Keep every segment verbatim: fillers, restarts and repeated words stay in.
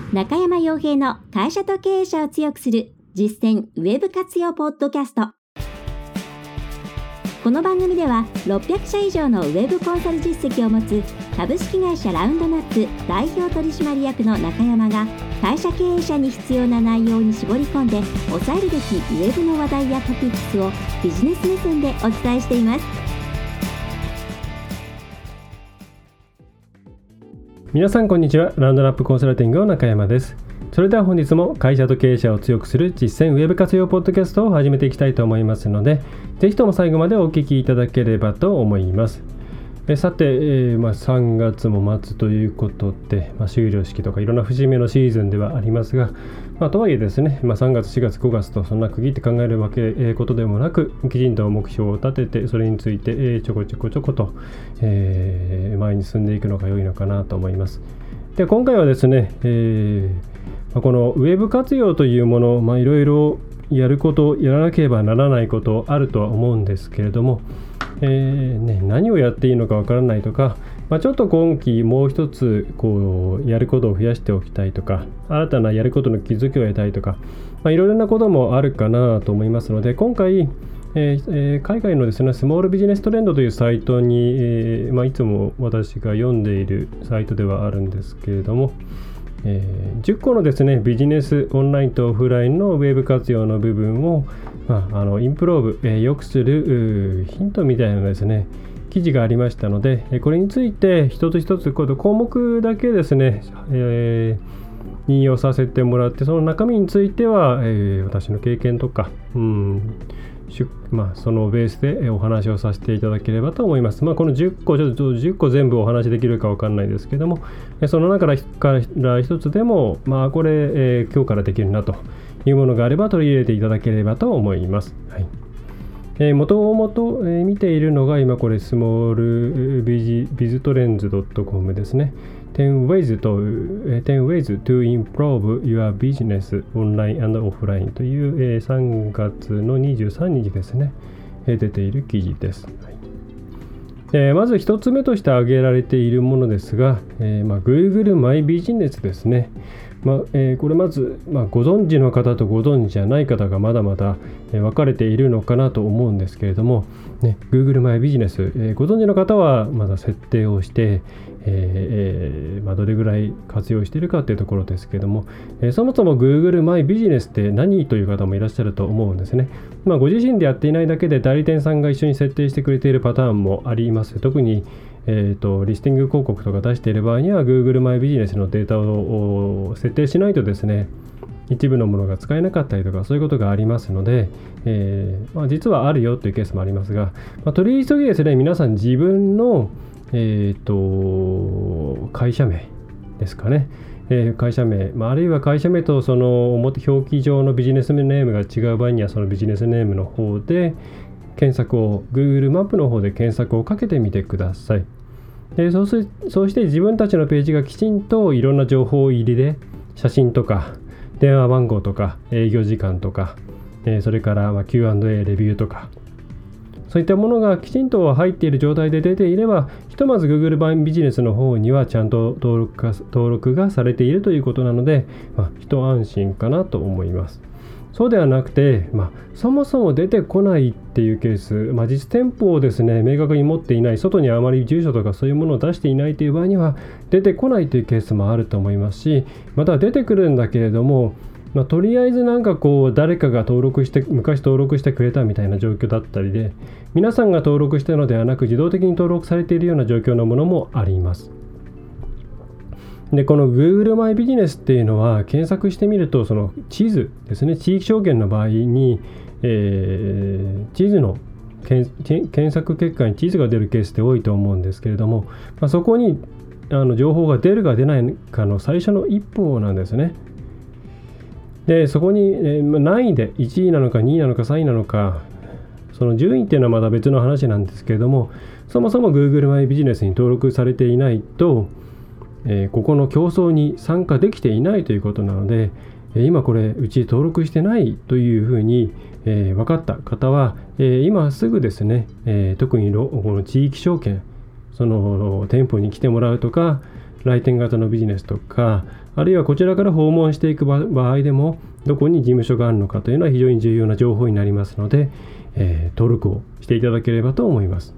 中山洋平の会社と経営者を強くする実践ウェブ活用ポッドキャスト。この番組ではろっぴゃくしゃ以上のウェブコンサル実績を持つ株式会社ラウンドナップ代表取締役の中山が会社経営者に必要な内容に絞り込んで押さえるべきウェブの話題やトピックスをビジネス目線でお伝えしています。 皆さんこんにちは。ラウンドナップコンサルティングの中山です。それでは本日も会社と経営者を強くする実践ウェブ活用ポッドキャストを始めていきたいと思いますので、ぜひとも最後までお聞きいただければと思います。えさて、えーまあ、さんがつも末ということで、まあ、修了式とかいろんな節目のシーズンではありますが、まあ、とはいえですね、まあ、さんがつしがつごがつとそんな区切って考えるわけ、えー、ことでもなく、きちんと目標を立ててそれについて、えー、ちょこちょこちょこと、えー、前に進んでいくのが良いのかなと思います。で今回はですね、えーまあ、このウェブ活用というもの、まあ、いろいろやることやらなければならないことあるとは思うんですけれども、えーね、何をやっていいのかわからないとか、まあ、ちょっと今期もう一つこうやることを増やしておきたいとか、新たなやることの気づきを得たいとか、まあ、いろいろなこともあるかなと思いますので、今回、えーえー、海外のですねスモールビジネストレンドというサイトに、えーまあ、いつも私が読んでいるサイトではあるんですけれども、えー、じゅっこのですねビジネスオンラインとオフラインのウェブ活用の部分を、まあ、あのインプローブ、えー、良くするヒントみたいなですね記事がありましたので、これについて一つ一つこの項目だけですね、えー、引用させてもらって、その中身については、えー、私の経験とか、うんまあ、そのベースでお話をさせていただければと思います。まあ、このじゅっこ、ちょっとじゅっこ全部お話できるかわかんないですけども、その中から一つでも、まあ、これ、えー、今日からできるなというものがあれば取り入れていただければと思います。はい。えー、元々、えー、見ているのが今これスモールビジビズトレンズ ドットコム ですね。じゅう ways to, じゅう ways to improve your business online and offline という、えー、さんがつのにじゅうさんにちですね、えー、出ている記事です。はい。えー、まず一つ目として挙げられているものですが、えーまあ、Google マイビジネスですね。まあえー、これまず、まあ、ご存知の方とご存知じゃない方がまだまだ、えー、分かれているのかなと思うんですけれども、ね、Google マイビジネス、えー、ご存知の方はまだ設定をして、えーえーまあ、どれぐらい活用しているかというところですけれども、えー、そもそも Google マイビジネスって何という方もいらっしゃると思うんですね。まあ、ご自身でやっていないだけで代理店さんが一緒に設定してくれているパターンもあります。特にえーと、リスティング広告とか出している場合には Google マイビジネスのデータを設定しないとですね、一部のものが使えなかったりとかそういうことがありますので、えーまあ、実はあるよというケースもありますが、まあ、取り急ぎですね、皆さん自分の、えーと、会社名ですかね、えー、会社名、まあ、あるいは会社名とその表記上のビジネスネームが違う場合にはそのビジネスネームの方で検索を Google マップの方で検索をかけてみてください。でそうすそうして自分たちのページがきちんといろんな情報入りで写真とか電話番号とか営業時間とか、えー、それからまあ キューアンドエー レビューとかそういったものがきちんと入っている状態で出ていれば、ひとまず Google マイビジネスの方にはちゃんと登録が、登録がされているということなので、まあ、一安心かなと思います。そうではなくて、まあ、そもそも出てこないっていうケース、まあ、実店舗をですね明確に持っていない、外にあまり住所とかそういうものを出していないという場合には出てこないというケースもあると思いますし、また出てくるんだけれども、まあ、とりあえずなんかこう誰かが登録して昔登録してくれたみたいな状況だったりで、皆さんが登録したのではなく自動的に登録されているような状況のものもあります。でこの Google マイビジネスっていうのは検索してみると、その地図ですね、地域証券の場合に、えー、地図の検索結果に地図が出るケースって多いと思うんですけれども、まあ、そこにあの情報が出るか出ないかの最初の一歩なんですね。でそこに、えー、何位でいちいなのかにいなのかさんいなのか、その順位っていうのはまた別の話なんですけれども、そもそも Google マイビジネスに登録されていないと、えー、ここの競争に参加できていないということなので、えー、今これうち登録してないというふうに、えー、分かった方は、えー、今すぐですね、えー、特にこの地域証券、その店舗に来てもらうとか、 来店型のビジネスとか、あるいはこちらから訪問していく場合でもどこに事務所があるのかというのは非常に重要な情報になりますので、えー、登録をしていただければと思います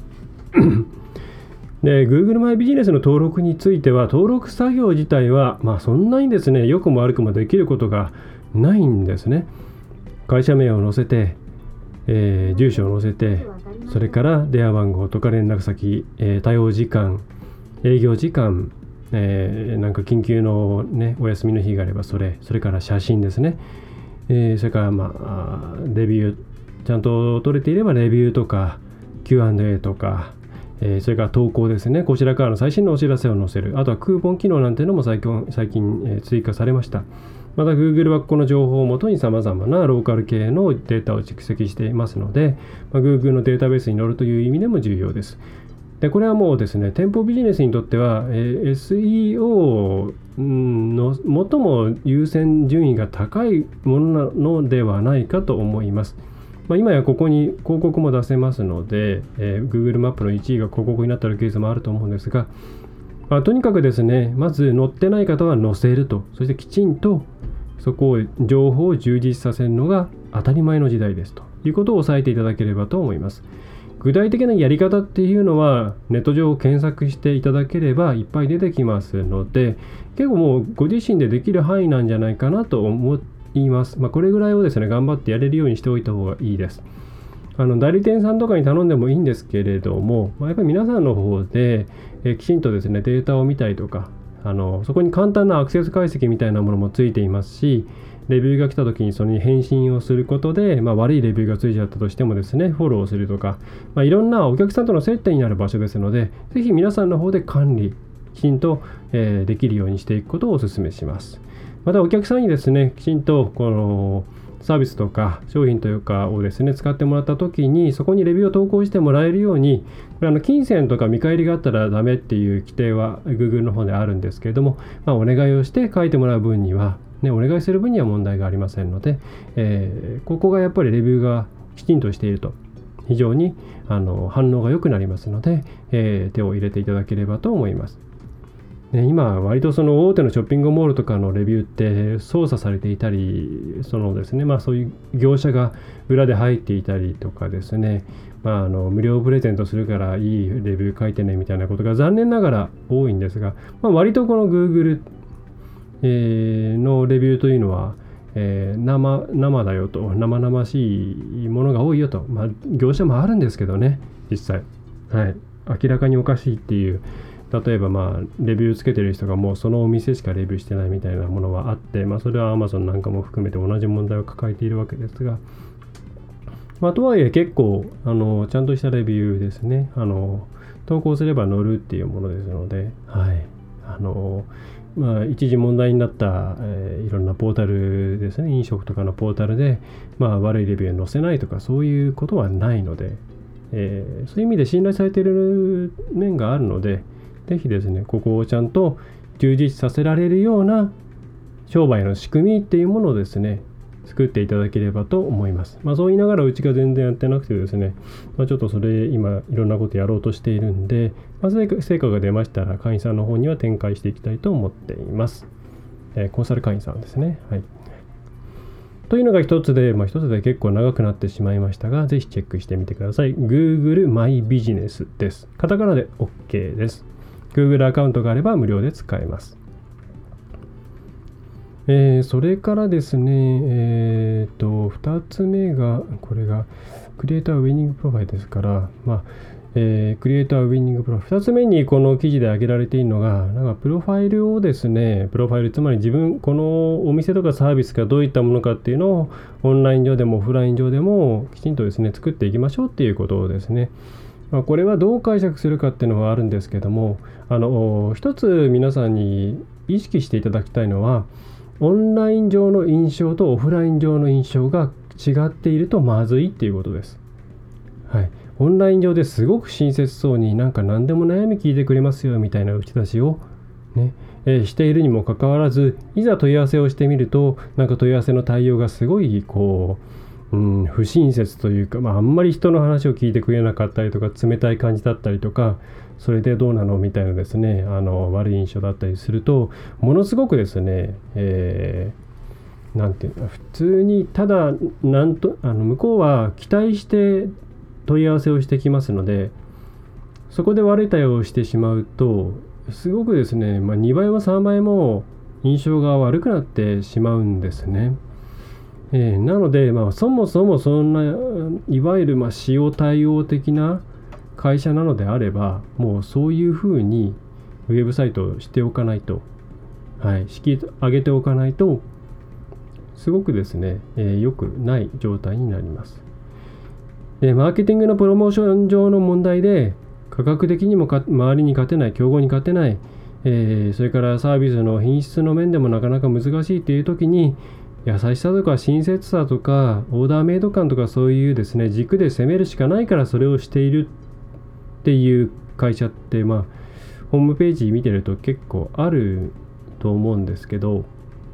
で Google マイビジネスの登録については、登録作業自体は、まあ、そんなにですね良くも悪くもできることがないんですね。会社名を載せて、えー、住所を載せて、それから電話番号とか連絡先、えー、対応時間、営業時間、えー、なんか緊急の、ね、お休みの日があればそれ、それから写真ですね、えー、それから、まあ、レビュー、ちゃんと取れていればレビューとか キューアンドエー とか、えー、それから投稿ですね、こちらからの最新のお知らせを載せる、あとはクーポン機能なんていうのも最近、最近、えー、追加されました。また Google はこの情報をもとに様々なローカル系のデータを蓄積していますので、まあ、Google のデータベースに載るという意味でも重要です。でこれはもうですね、店舗ビジネスにとっては、えー、エスイーオー の最も優先順位が高いものなのではないかと思います。まあ、今やここに広告も出せますので、えー、Google マップのいちいが広告になっているケースもあると思うんですが、まあ、とにかくですね、まず載ってない方は載せると、そしてきちんとそこを情報を充実させるのが当たり前の時代ですということを押さえていただければと思います。具体的なやり方っていうのはネット上を検索していただければいっぱい出てきますので、結構もうご自身でできる範囲なんじゃないかなと思います。まあ、これぐらいをですね頑張ってやれるようにしておいた方がいいです。あの代理店さんとかに頼んでもいいんですけれども、まあ、やっぱり皆さんの方でえきちんとですねデータを見たりとか、あのそこに簡単なアクセス解析みたいなものもついていますし、レビューが来た時にそれに返信をすることで、まあ、悪いレビューがついちゃったとしてもですねフォローするとか、まあ、いろんなお客さんとの接点になる場所ですので、ぜひ皆さんの方で管理きちんと、えー、できるようにしていくことをお勧めします。またお客さんにですねきちんとこのサービスとか商品というかをですね使ってもらった時にそこにレビューを投稿してもらえるように、これあの金銭とか見返りがあったらダメっていう規定は Google の方であるんですけれども、まあ、お願いをして書いてもらう分には、ね、お願いする分には問題がありませんので、えー、ここがやっぱりレビューがきちんとしていると非常にあの反応が良くなりますので、えー、手を入れていただければと思います。ね、今割とその大手のショッピングモールとかのレビューって操作されていたり、そのですね、まあそういう業者が裏で入っていたりとかですね、まああの無料プレゼントするからいいレビュー書いてねみたいなことが残念ながら多いんですが、まあ、割とこの Google、えー、のレビューというのは、えー、生, 生だよと、生々しいものが多いよと、まあ業者もあるんですけどね、実際、はい、明らかにおかしいっていう。例えばまあレビューつけてる人がもうそのお店しかレビューしてないみたいなものはあって、まあ、それは Amazon なんかも含めて同じ問題を抱えているわけですが、まあ、とはいえ結構あのちゃんとしたレビューですね、あの投稿すれば載るっていうものですので、はい、あのまあ、一時問題になった、えー、いろんなポータルですね、飲食とかのポータルで、まあ、悪いレビュー載せないとかそういうことはないので、えー、そういう意味で信頼されている面があるので、ぜひですね、ここをちゃんと充実させられるような商売の仕組みっていうものをですね、作っていただければと思います。まあそう言いながらうちが全然やってなくてですね、まあ、ちょっとそれ今いろんなことやろうとしているんで、まあ、成果が出ましたら会員さんの方には展開していきたいと思っています。えー、コンサル会員さんですね。はい。というのが一つで、まあ、一つで結構長くなってしまいましたが、ぜひチェックしてみてください。Google マイビジネスです。カタカナで OK です。Google アカウントがあれば無料で使えます。えー、それからですね、えー、とふたつめが、これがクリエイターウィニングプロファイルですから、まあえー、クリエイターウィニングプロファイル、ふたつめにこの記事で挙げられているのが、なんかプロファイルをですね、プロファイル、つまり自分、このお店とかサービスがどういったものかっていうのをオンライン上でもオフライン上でもきちんとですね、作っていきましょうっていうことをですね、まあ、これはどう解釈するかっていうのはあるんですけども、あの一つ皆さんに意識していただきたいのは、オンライン上の印象とオフライン上の印象が違っているとまずいっていうことです。はい、オンライン上ですごく親切そうになんか何でも悩み聞いてくれますよみたいな打ち出しを、ねえー、しているにもかかわらず、いざ問い合わせをしてみるとなんか問い合わせの対応がすごいこう、うん、不親切というか、まあ、あんまり人の話を聞いてくれなかったりとか冷たい感じだったりとか、 それでどうなのみたいなですね、あの悪い印象だったりすると、ものすごくですね、えー、なんていうの、普通にただなんとあの向こうは期待して問い合わせをしてきますので、そこで悪い対応をしてしまうとすごくですね、まあ、にばいもさんばいも印象が悪くなってしまうんですね。えー、なので、まあ、そもそもそんないわゆるまあ使用対応的な会社なのであれば、もうそういうふうにウェブサイトをしておかないと、はい、敷き上げておかないとすごくですね、えー、良くない状態になります。で、マーケティングのプロモーション上の問題で価格的にもか周りに勝てない、競合に勝てない、えー、それからサービスの品質の面でもなかなか難しいという時に、優しさとか親切さとかオーダーメイド感とかそういうですね軸で攻めるしかないからそれをしているっていう会社って、まあホームページ見てると結構あると思うんですけど、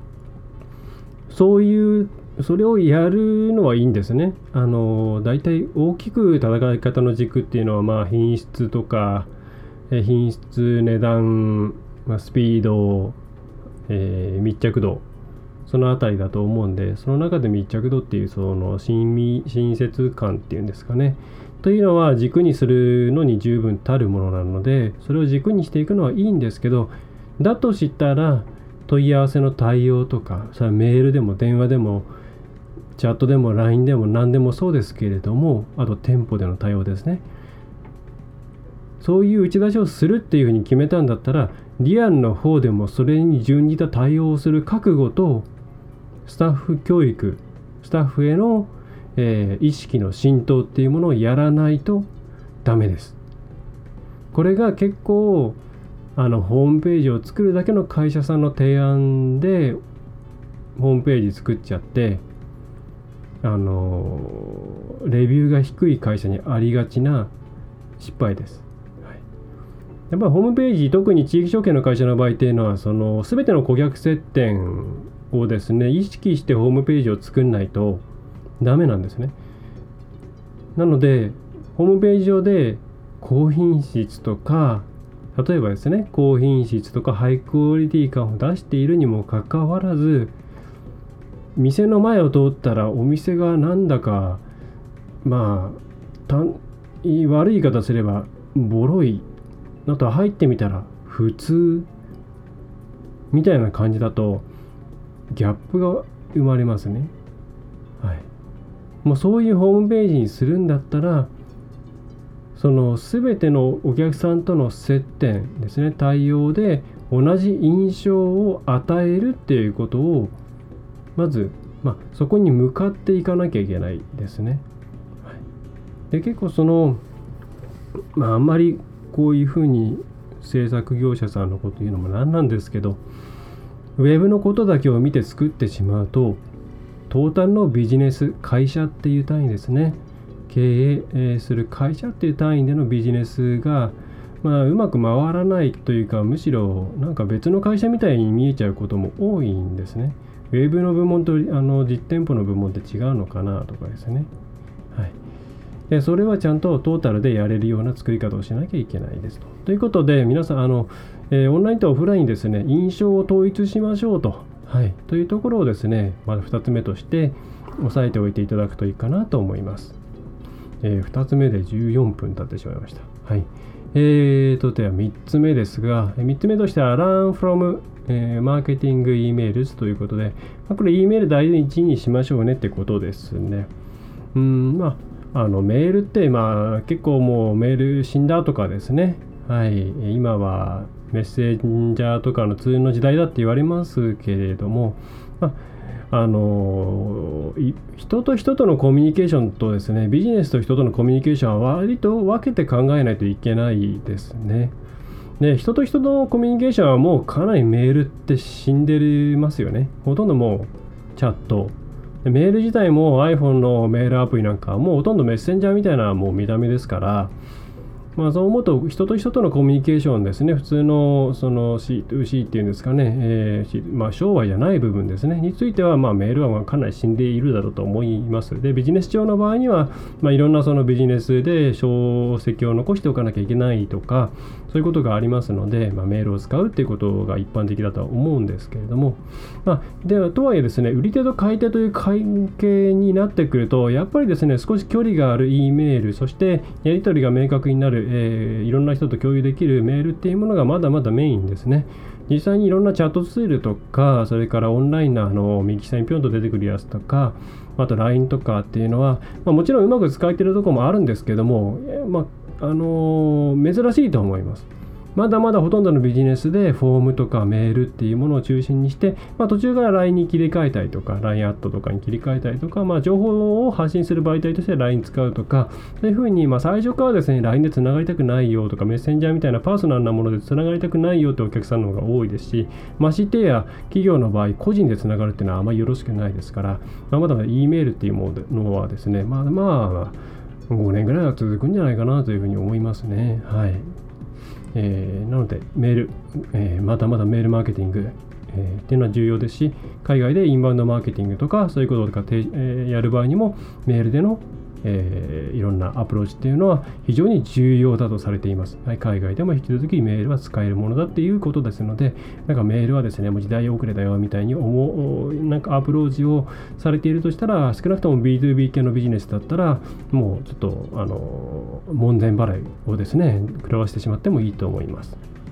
そういうそれをやるのはいいんですね。あのだいたい大きく戦い方の軸っていうのは、まあ品質とか品質、値段、まあ、スピード、えー、密着度、そのあたりだと思うんで、その中で密着度っていうその親密親切感っていうんですかね、というのは軸にするのに十分たるものなので、それを軸にしていくのはいいんですけど、だとしたら問い合わせの対応とか、それはメールでも電話でもチャットでも ライン でも何でもそうですけれども、あと店舗での対応ですね、そういう打ち出しをするっていうふうに決めたんだったら、リアルの方でもそれに準じた対応をする覚悟とスタッフ教育、スタッフへの、えー、意識の浸透っていうものをやらないとダメです。これが結構あのホームページを作るだけの会社さんの提案でホームページ作っちゃって、あのレビューが低い会社にありがちな失敗です。はい、やっぱりホームページ、特に地域証券の会社の場合っていうのは、その全ての顧客接点をですね意識してホームページを作んないとダメなんですね。なのでホームページ上で高品質とか、例えばですね高品質とかハイクオリティ感を出しているにもかかわらず、店の前を通ったらお店がなんだかまあた悪い言い方すればボロい、あと入ってみたら普通みたいな感じだとギャップが生まれますね。はい。もうそういうホームページにするんだったら、その全てのお客さんとの接点ですね、対応で同じ印象を与えるっていうことをまず、まあ、そこに向かっていかなきゃいけないですね。はい、で結構その、まあ、あんまりこういうふうに制作業者さんのこと言うのもなんなんですけど、ウェブのことだけを見て作ってしまうと、トータルのビジネス、会社っていう単位ですね、経営する会社っていう単位でのビジネスが、まあ、うまく回らないというか、むしろなんか別の会社みたいに見えちゃうことも多いんですね。ウェブの部門とあの実店舗の部門って違うのかなとかですね。はい。でそれはちゃんとトータルでやれるような作り方をしなきゃいけないですと。ということで皆さんあの、えー、オンラインとオフラインですね、印象を統一しましょうと、はい、というところをですね、まずふたつめとして押さえておいていただくといいかなと思います。えー、ふたつめでじゅうよんぷん経ってしまいました。はい。えーとではみっつめですが、みっつめとしては Learn from、えー、Marketing Emails ということで、まあ、これ E メール第一にしましょうねってことですね。うーんまああのメールってまあ結構もうメール死んだとかですね、はい、今はメッセンジャーとかのツールの時代だって言われますけれども、まあ、あの人と人とのコミュニケーションとですね、ビジネスと人とのコミュニケーションは割と分けて考えないといけないですね。で人と人とのコミュニケーションはもうかなりメールって死んでますよね。ほとんどもうチャット、メール自体も iPhone のメールアプリなんかはもうほとんどメッセンジャーみたいなもう見た目ですから、 まあ、そう思うと人と人とのコミュニケーションですね、普通のその シーツーシー っていうんですかね、えーまあ、商売じゃない部分ですねについては、まあ、メールはまあかなり死んでいるだろうと思います。でビジネス上の場合には、まあ、いろんなそのビジネスで書籍を残しておかなきゃいけないとかそういうことがありますので、まあ、メールを使うっていうことが一般的だとは思うんですけれども、まあ、ではとはいえですね売り手と買い手という関係になってくるとやっぱりですね少し距離がある E メールそしてやり取りが明確になる、えー、いろんな人と共有できるメールっていうものがまだまだメインですね。実際にいろんなチャットツールとかそれからオンラインのあの右下にピョンと出てくるやつとかあと ライン とかっていうのは、まあ、もちろんうまく使えてるところもあるんですけども、まああのー、珍しいと思います。まだまだほとんどのビジネスでフォームとかメールっていうものを中心にして、まあ、途中から ライン に切り替えたりとか ライン アットとかに切り替えたりとか、まあ、情報を発信する媒体として ライン 使うとかそういうふうに、まあ、最初からですね ライン でつながりたくないよとかメッセンジャーみたいなパーソナルなものでつながりたくないよってお客さんの方が多いですし、ましてや企業の場合個人でつながるっていうのはあまりよろしくないですから、まあ、まだまだ E メールっていうものはですねまあまあごねんぐらいは続くんじゃないかなというふうに思いますね。はい。えー、なのでメール、えー、まだまだメールマーケティング、えー、っていうのは重要ですし海外でインバウンドマーケティングとかそういうこととか、えー、やる場合にもメールでの、えー、いろんなアプローチっていうのは非常に重要だとされています、はい、海外でも引き続きメールは使えるものだっていうことですのでなんかメールはですねもう時代遅れだよみたいに思うなんかアプローチをされているとしたら少なくとも ビーツービー 系のビジネスだったらもうちょっとあの門前払いをですね食らわしてしまってもいいと思います。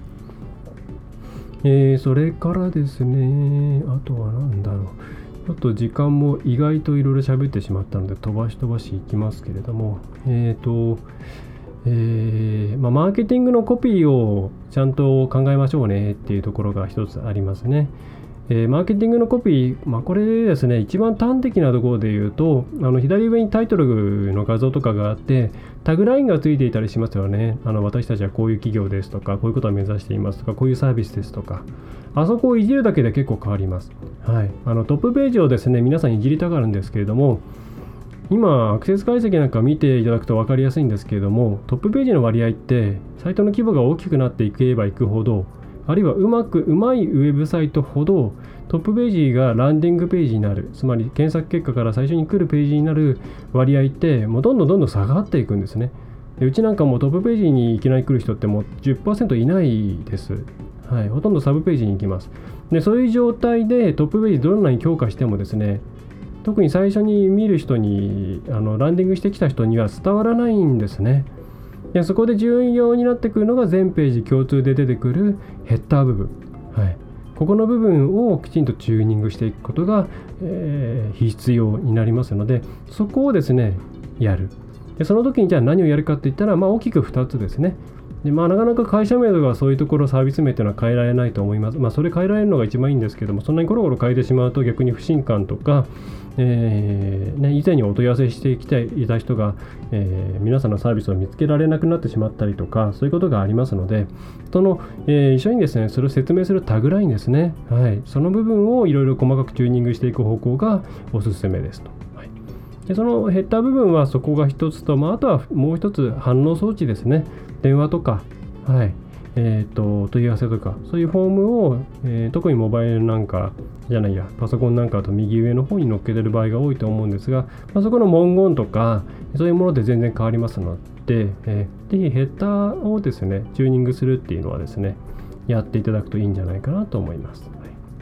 えー、それからですねあとは何だろうちょっと時間も意外といろいろ喋ってしまったので飛ばし飛ばしいきますけれどもえっ、ー、とえーまあ、マーケティングのコピーをちゃんと考えましょうねっていうところが一つありますね。えー、マーケティングのコピー、まあ、これですね一番端的なところで言うとあの左上にタイトルの画像とかがあってタグラインがついていたりしますよね。あの私たちはこういう企業ですとかこういうことを目指していますとかこういうサービスですとかあそこをいじるだけで結構変わります。はい、あのトップページをですね皆さんいじりたがるんですけれども今アクセス解析なんか見ていただくと分かりやすいんですけれどもトップページの割合ってサイトの規模が大きくなっていけばいくほどあるいはうまくうまいウェブサイトほどトップページがランディングページになるつまり検索結果から最初に来るページになる割合ってもうどんどんどんどん下がっていくんですね。でうちなんかもトップページにいきなり来る人ってもう じゅっパーセント いないです。はい、ほとんどサブページに行きます。でそういう状態でトップページどんなに強化してもですね特に最初に見る人にあのランディングしてきた人には伝わらないんですね。でそこで重要になってくるのが全ページ共通で出てくるヘッダー部分、はい、ここの部分をきちんとチューニングしていくことが、えー、必要になりますのでそこをですねやる。でその時にじゃあ何をやるかっていったら、まあ、大きくふたつですね。でまあ、なかなか会社名とかそういうところサービス名というのは変えられないと思います。まあ、それ変えられるのが一番いいんですけどもそんなにコロコロ変えてしまうと逆に不信感とか、えーね、以前にお問い合わせしてきていた人が、えー、皆さんのサービスを見つけられなくなってしまったりとかそういうことがありますのでその、えー、一緒にですねそれを説明するタグラインですね、はい、その部分をいろいろ細かくチューニングしていく方向がおすすめですと。でそのヘッダー部分はそこが一つと、まあ、あとはもう一つ反応装置ですね。電話とか、はいえー、と問い合わせとかそういうフォームを、えー、特にモバイルなんかじゃないやパソコンなんかと右上の方に載っけてる場合が多いと思うんですが、まあ、そこの文言とかそういうもので全然変わりますので、えー、ぜひヘッダーをですねチューニングするっていうのはですねやっていただくといいんじゃないかなと思います。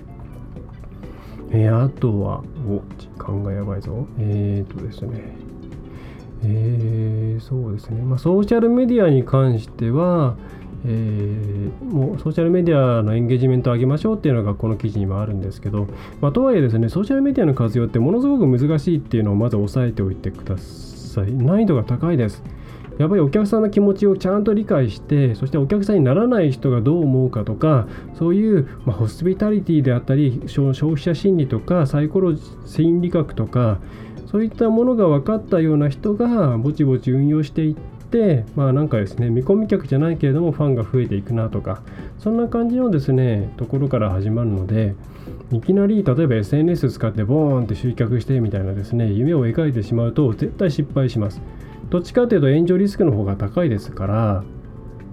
えー、あとは、お、時間がやばいぞ。えーとですね。えー、そうですね。まあ、ソーシャルメディアに関しては、えー、もうソーシャルメディアのエンゲージメントを上げましょうっていうのがこの記事にもあるんですけど、まあ、とはいえですね、ソーシャルメディアの活用ってものすごく難しいっていうのをまず押さえておいてください。難易度が高いです。やっぱりお客さんの気持ちをちゃんと理解してそしてお客さんにならない人がどう思うかとかそういう、まあ、ホスピタリティであったり消費者心理とかサイコロ心理学とかそういったものが分かったような人がぼちぼち運用していってまあなんかですね見込み客じゃないけれどもファンが増えていくなとかそんな感じのですねところから始まるのでいきなり例えば エスエヌエス 使ってボーンって集客してみたいなですね夢を描いてしまうと絶対失敗します。どっちかというと炎上リスクの方が高いですから、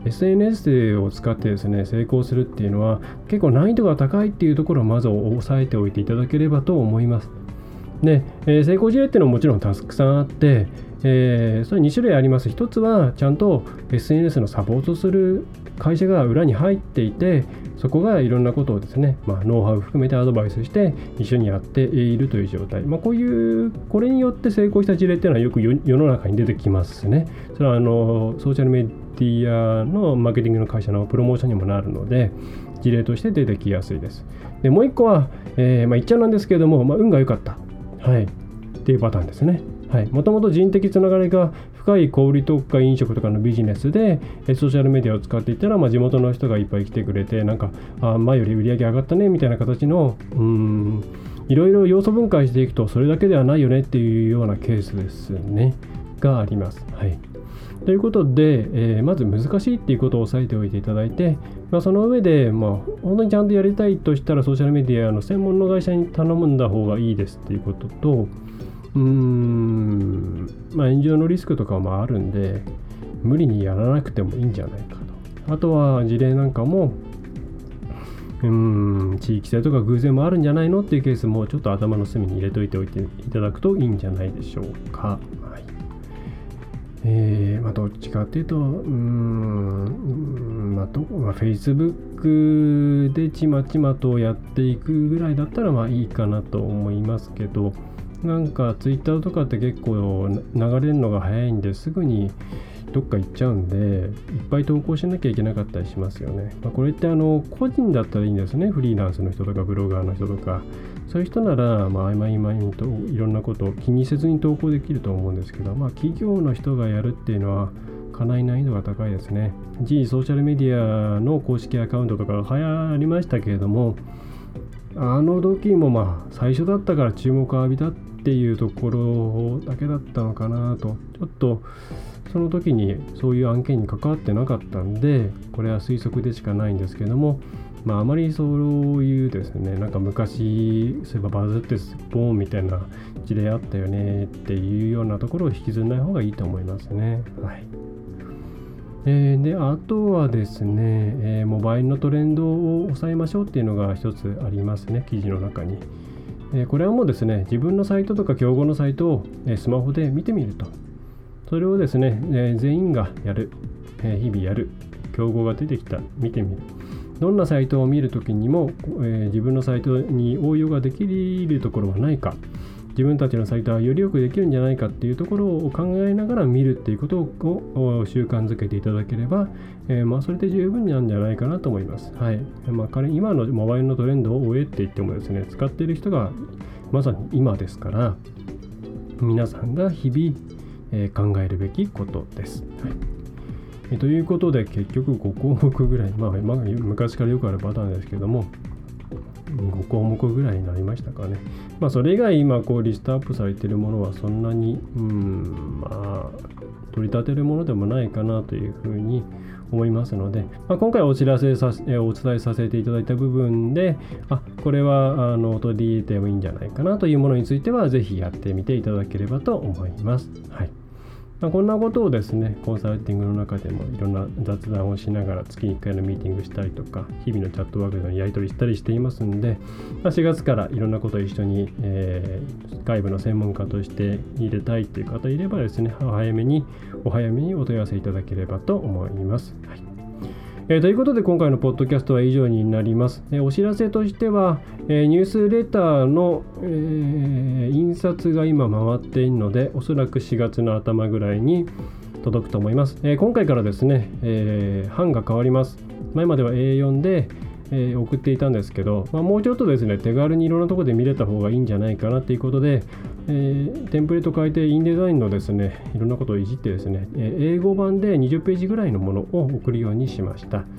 エスエヌエス を使ってですね成功するっていうのは結構難易度が高いっていうところをまず押さえておいていただければと思います。で、えー、成功事例っていうのはもちろんたくさんあって、えー、それに種類あります。一つはちゃんと エスエヌエス のサポートする会社が裏に入っていて、そこがいろんなことをですね、まあ、ノウハウ含めてアドバイスして一緒にやっているという状態、まあ、こういうこれによって成功した事例っていうのはよく世の中に出てきますね。それはあのソーシャルメディアのマーケティングの会社のプロモーションにもなるので事例として出てきやすいです。でもう一個は、えーまあ、言っちゃなんですけれども、まあ、運が良かった、はい、っていうパターンですね。もともと人的つながりが深い小売とか飲食とかのビジネスでソーシャルメディアを使っていったら、まあ、地元の人がいっぱい来てくれて、なんかあ前より売り上げ上がったねみたいな形のうーんいろいろ要素分解していくとそれだけではないよねっていうようなケースですねがあります。はい、ということで、えー、まず難しいっていうことを押さえておいていただいて、まあ、その上で、まあ、本当にちゃんとやりたいとしたらソーシャルメディアの専門の会社に頼んだ方がいいですっていうことと、うーんまあ炎上のリスクとかもあるんで無理にやらなくてもいいんじゃないかと。あとは事例なんかもうーん地域性とか偶然もあるんじゃないのっていうケースもちょっと頭の隅に入れといておいていただくといいんじゃないでしょうか。はい、えーまあ、どっちかっていうとうーんまあ、まあ、Facebook でちまちまとやっていくぐらいだったらまあいいかなと思いますけど、なんかツイッターとかって結構流れるのが早いんですぐにどっか行っちゃうんでいっぱい投稿しなきゃいけなかったりしますよね。まあ、これってあの個人だったらいいんですね。フリーランスの人とかブロガーの人とかそういう人ならまあ曖昧曖昧といろんなことを気にせずに投稿できると思うんですけど、まあ企業の人がやるっていうのはかなり難易度が高いですね。一時ソーシャルメディアの公式アカウントとか流行りましたけれども、あの時もまあ最初だったから注目を浴びたっていうところだけだったのかなと、ちょっとその時にそういう案件に関わってなかったんでこれは推測でしかないんですけども、まああまりそういうですねなんか昔そういえばバズってスポーンみたいな事例あったよねっていうようなところを引きずらない方がいいと思いますね。はい。えー、であとはですね、えー、モバイルのトレンドを抑えましょうっていうのが一つありますね、記事の中に。えー、これはもうですね、自分のサイトとか競合のサイトを、えー、スマホで見てみると。それをですね、えー、全員がやる、えー、日々やる、競合が出てきた、見てみる。どんなサイトを見るときにも、えー、自分のサイトに応用ができるところはないか。自分たちのサイトはよりよくできるんじゃないかっていうところを考えながら見るっていうことを習慣づけていただければ、えー、まあそれで十分なんじゃないかなと思います。はい。まあ彼今のモバイルのトレンドを追えって言ってもですね、使っている人がまさに今ですから、皆さんが日々、えー、考えるべきことです。はい。えー、ということで結局ご項目ぐらい、まあ、まあ、昔からよくあるパターンですけども、ご項目ぐらいになりましたかね。まあそれ以外今こうリストアップされているものはそんなにうんまあ取り立てるものでもないかなというふうに思いますので、まあ、今回お知らせさせお伝えさせていただいた部分であこれはあの取り入れてもいいんじゃないかなというものについてはぜひやってみていただければと思います。はい。まあ、こんなことをですね、コンサルティングの中でもいろんな雑談をしながら月にいっかいのミーティングしたりとか、日々のチャットワークでのやり取りしたりしていますので、まあ、しがつからいろんなことを一緒に、えー、外部の専門家として入れたいという方いればですね、お早めにお早めにお問い合わせいただければと思います。はい。えー、ということで今回のポッドキャストは以上になります。えー、お知らせとしては、えー、ニュースレターの、えー、印刷が今回っているのでおそらくしがつの頭ぐらいに届くと思います。えー、今回からですね、えー、版が変わります。前までは エーよん で、えー、送っていたんですけど、まあ、もうちょっとですね手軽にいろんなところで見れた方がいいんじゃないかなということで、えー、テンプレート変えてインデザインのですねいろんなことをいじってですね、えー、英語版でにじゅっページぐらいのものを送るようにしました。はい、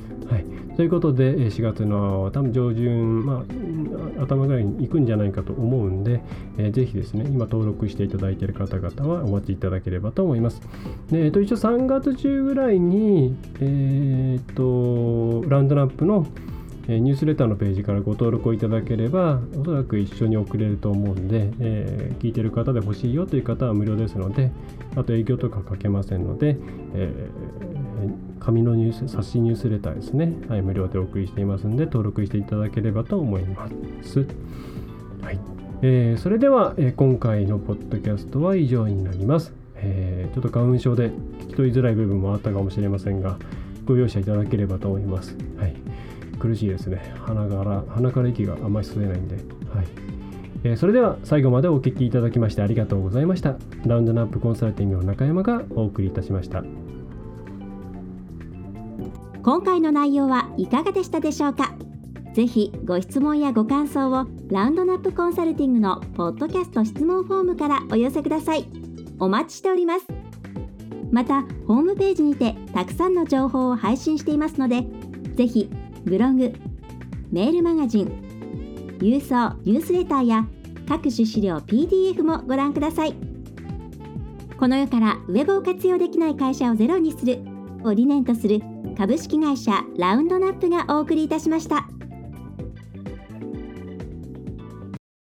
ということでしがつの多分上旬、まあ、頭ぐらいに行くんじゃないかと思うんで、えー、ぜひですね今登録していただいている方々はお待ちいただければと思います。で、えー、と一応さんがつ中ぐらいに、えー、とラウンドナップのニュースレターのページからご登録をいただければおそらく一緒に送れると思うんで、えー、聞いている方で欲しいよという方は無料ですので、あと営業とかかけませんので、えー紙のニュース冊子ニュースレターですね、はい、無料でお送りしていますので登録していただければと思います。はい、えー、それでは、えー、今回のポッドキャストは以上になります。えー、ちょっと花粉症で聞き取りづらい部分もあったかもしれませんが、ご容赦いただければと思います。はい、苦しいですね。鼻から鼻から息があんまり吸えないんで、はい。えー、それでは最後までお聞きいただきましてありがとうございました。ラウンドナップコンサルティングの中山がお送りいたしました。 今回の内容はいかがでしたでしょうか。ぜひご質問やご感想をラウンドナップコンサルティングのポッドキャスト質問フォームからお寄せください。お待ちしております。またホームページにてたくさんの情報を配信していますので、ぜひブログ、メールマガジン、郵送ニュースレターや各種資料 ピーディーエフ もご覧ください。この世からウェブを活用できない会社をゼロにするを理念とする株式会社ラウンドナップがお送りいたしました。